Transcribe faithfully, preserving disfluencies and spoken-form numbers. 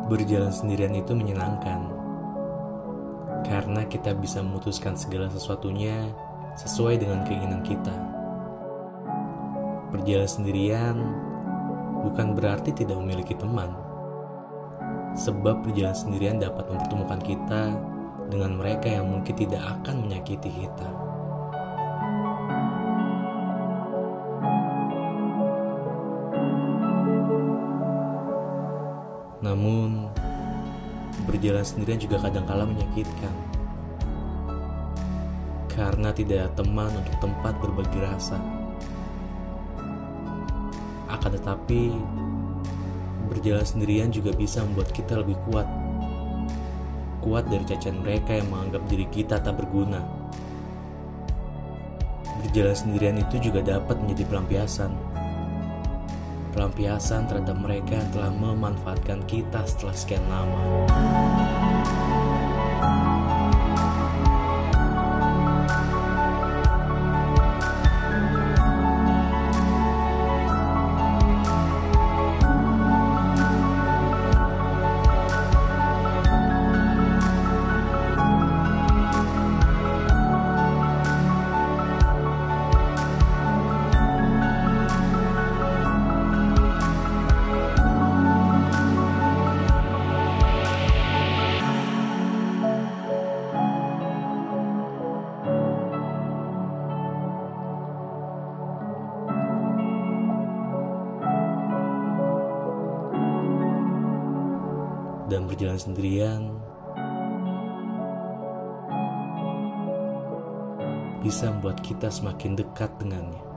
Berjalan sendirian itu menyenangkan, karena kita bisa memutuskan segala sesuatunya sesuai dengan keinginan kita. Berjalan sendirian bukan berarti tidak memiliki teman, sebab berjalan sendirian dapat mempertemukan kita dengan mereka yang mungkin tidak akan menyakiti kita. Namun, berjalan sendirian juga kadangkala menyakitkan, karena tidak ada teman untuk tempat berbagi rasa. Akan tetapi, berjalan sendirian juga bisa membuat kita lebih kuat. Kuat dari cacian mereka yang menganggap diri kita tak berguna. Berjalan sendirian itu juga dapat menjadi pelampiasan. Pelampiasan terhadap mereka yang telah memanfaatkan kita setelah sekian lama. Dan berjalan sendirian bisa membuat kita semakin dekat dengannya.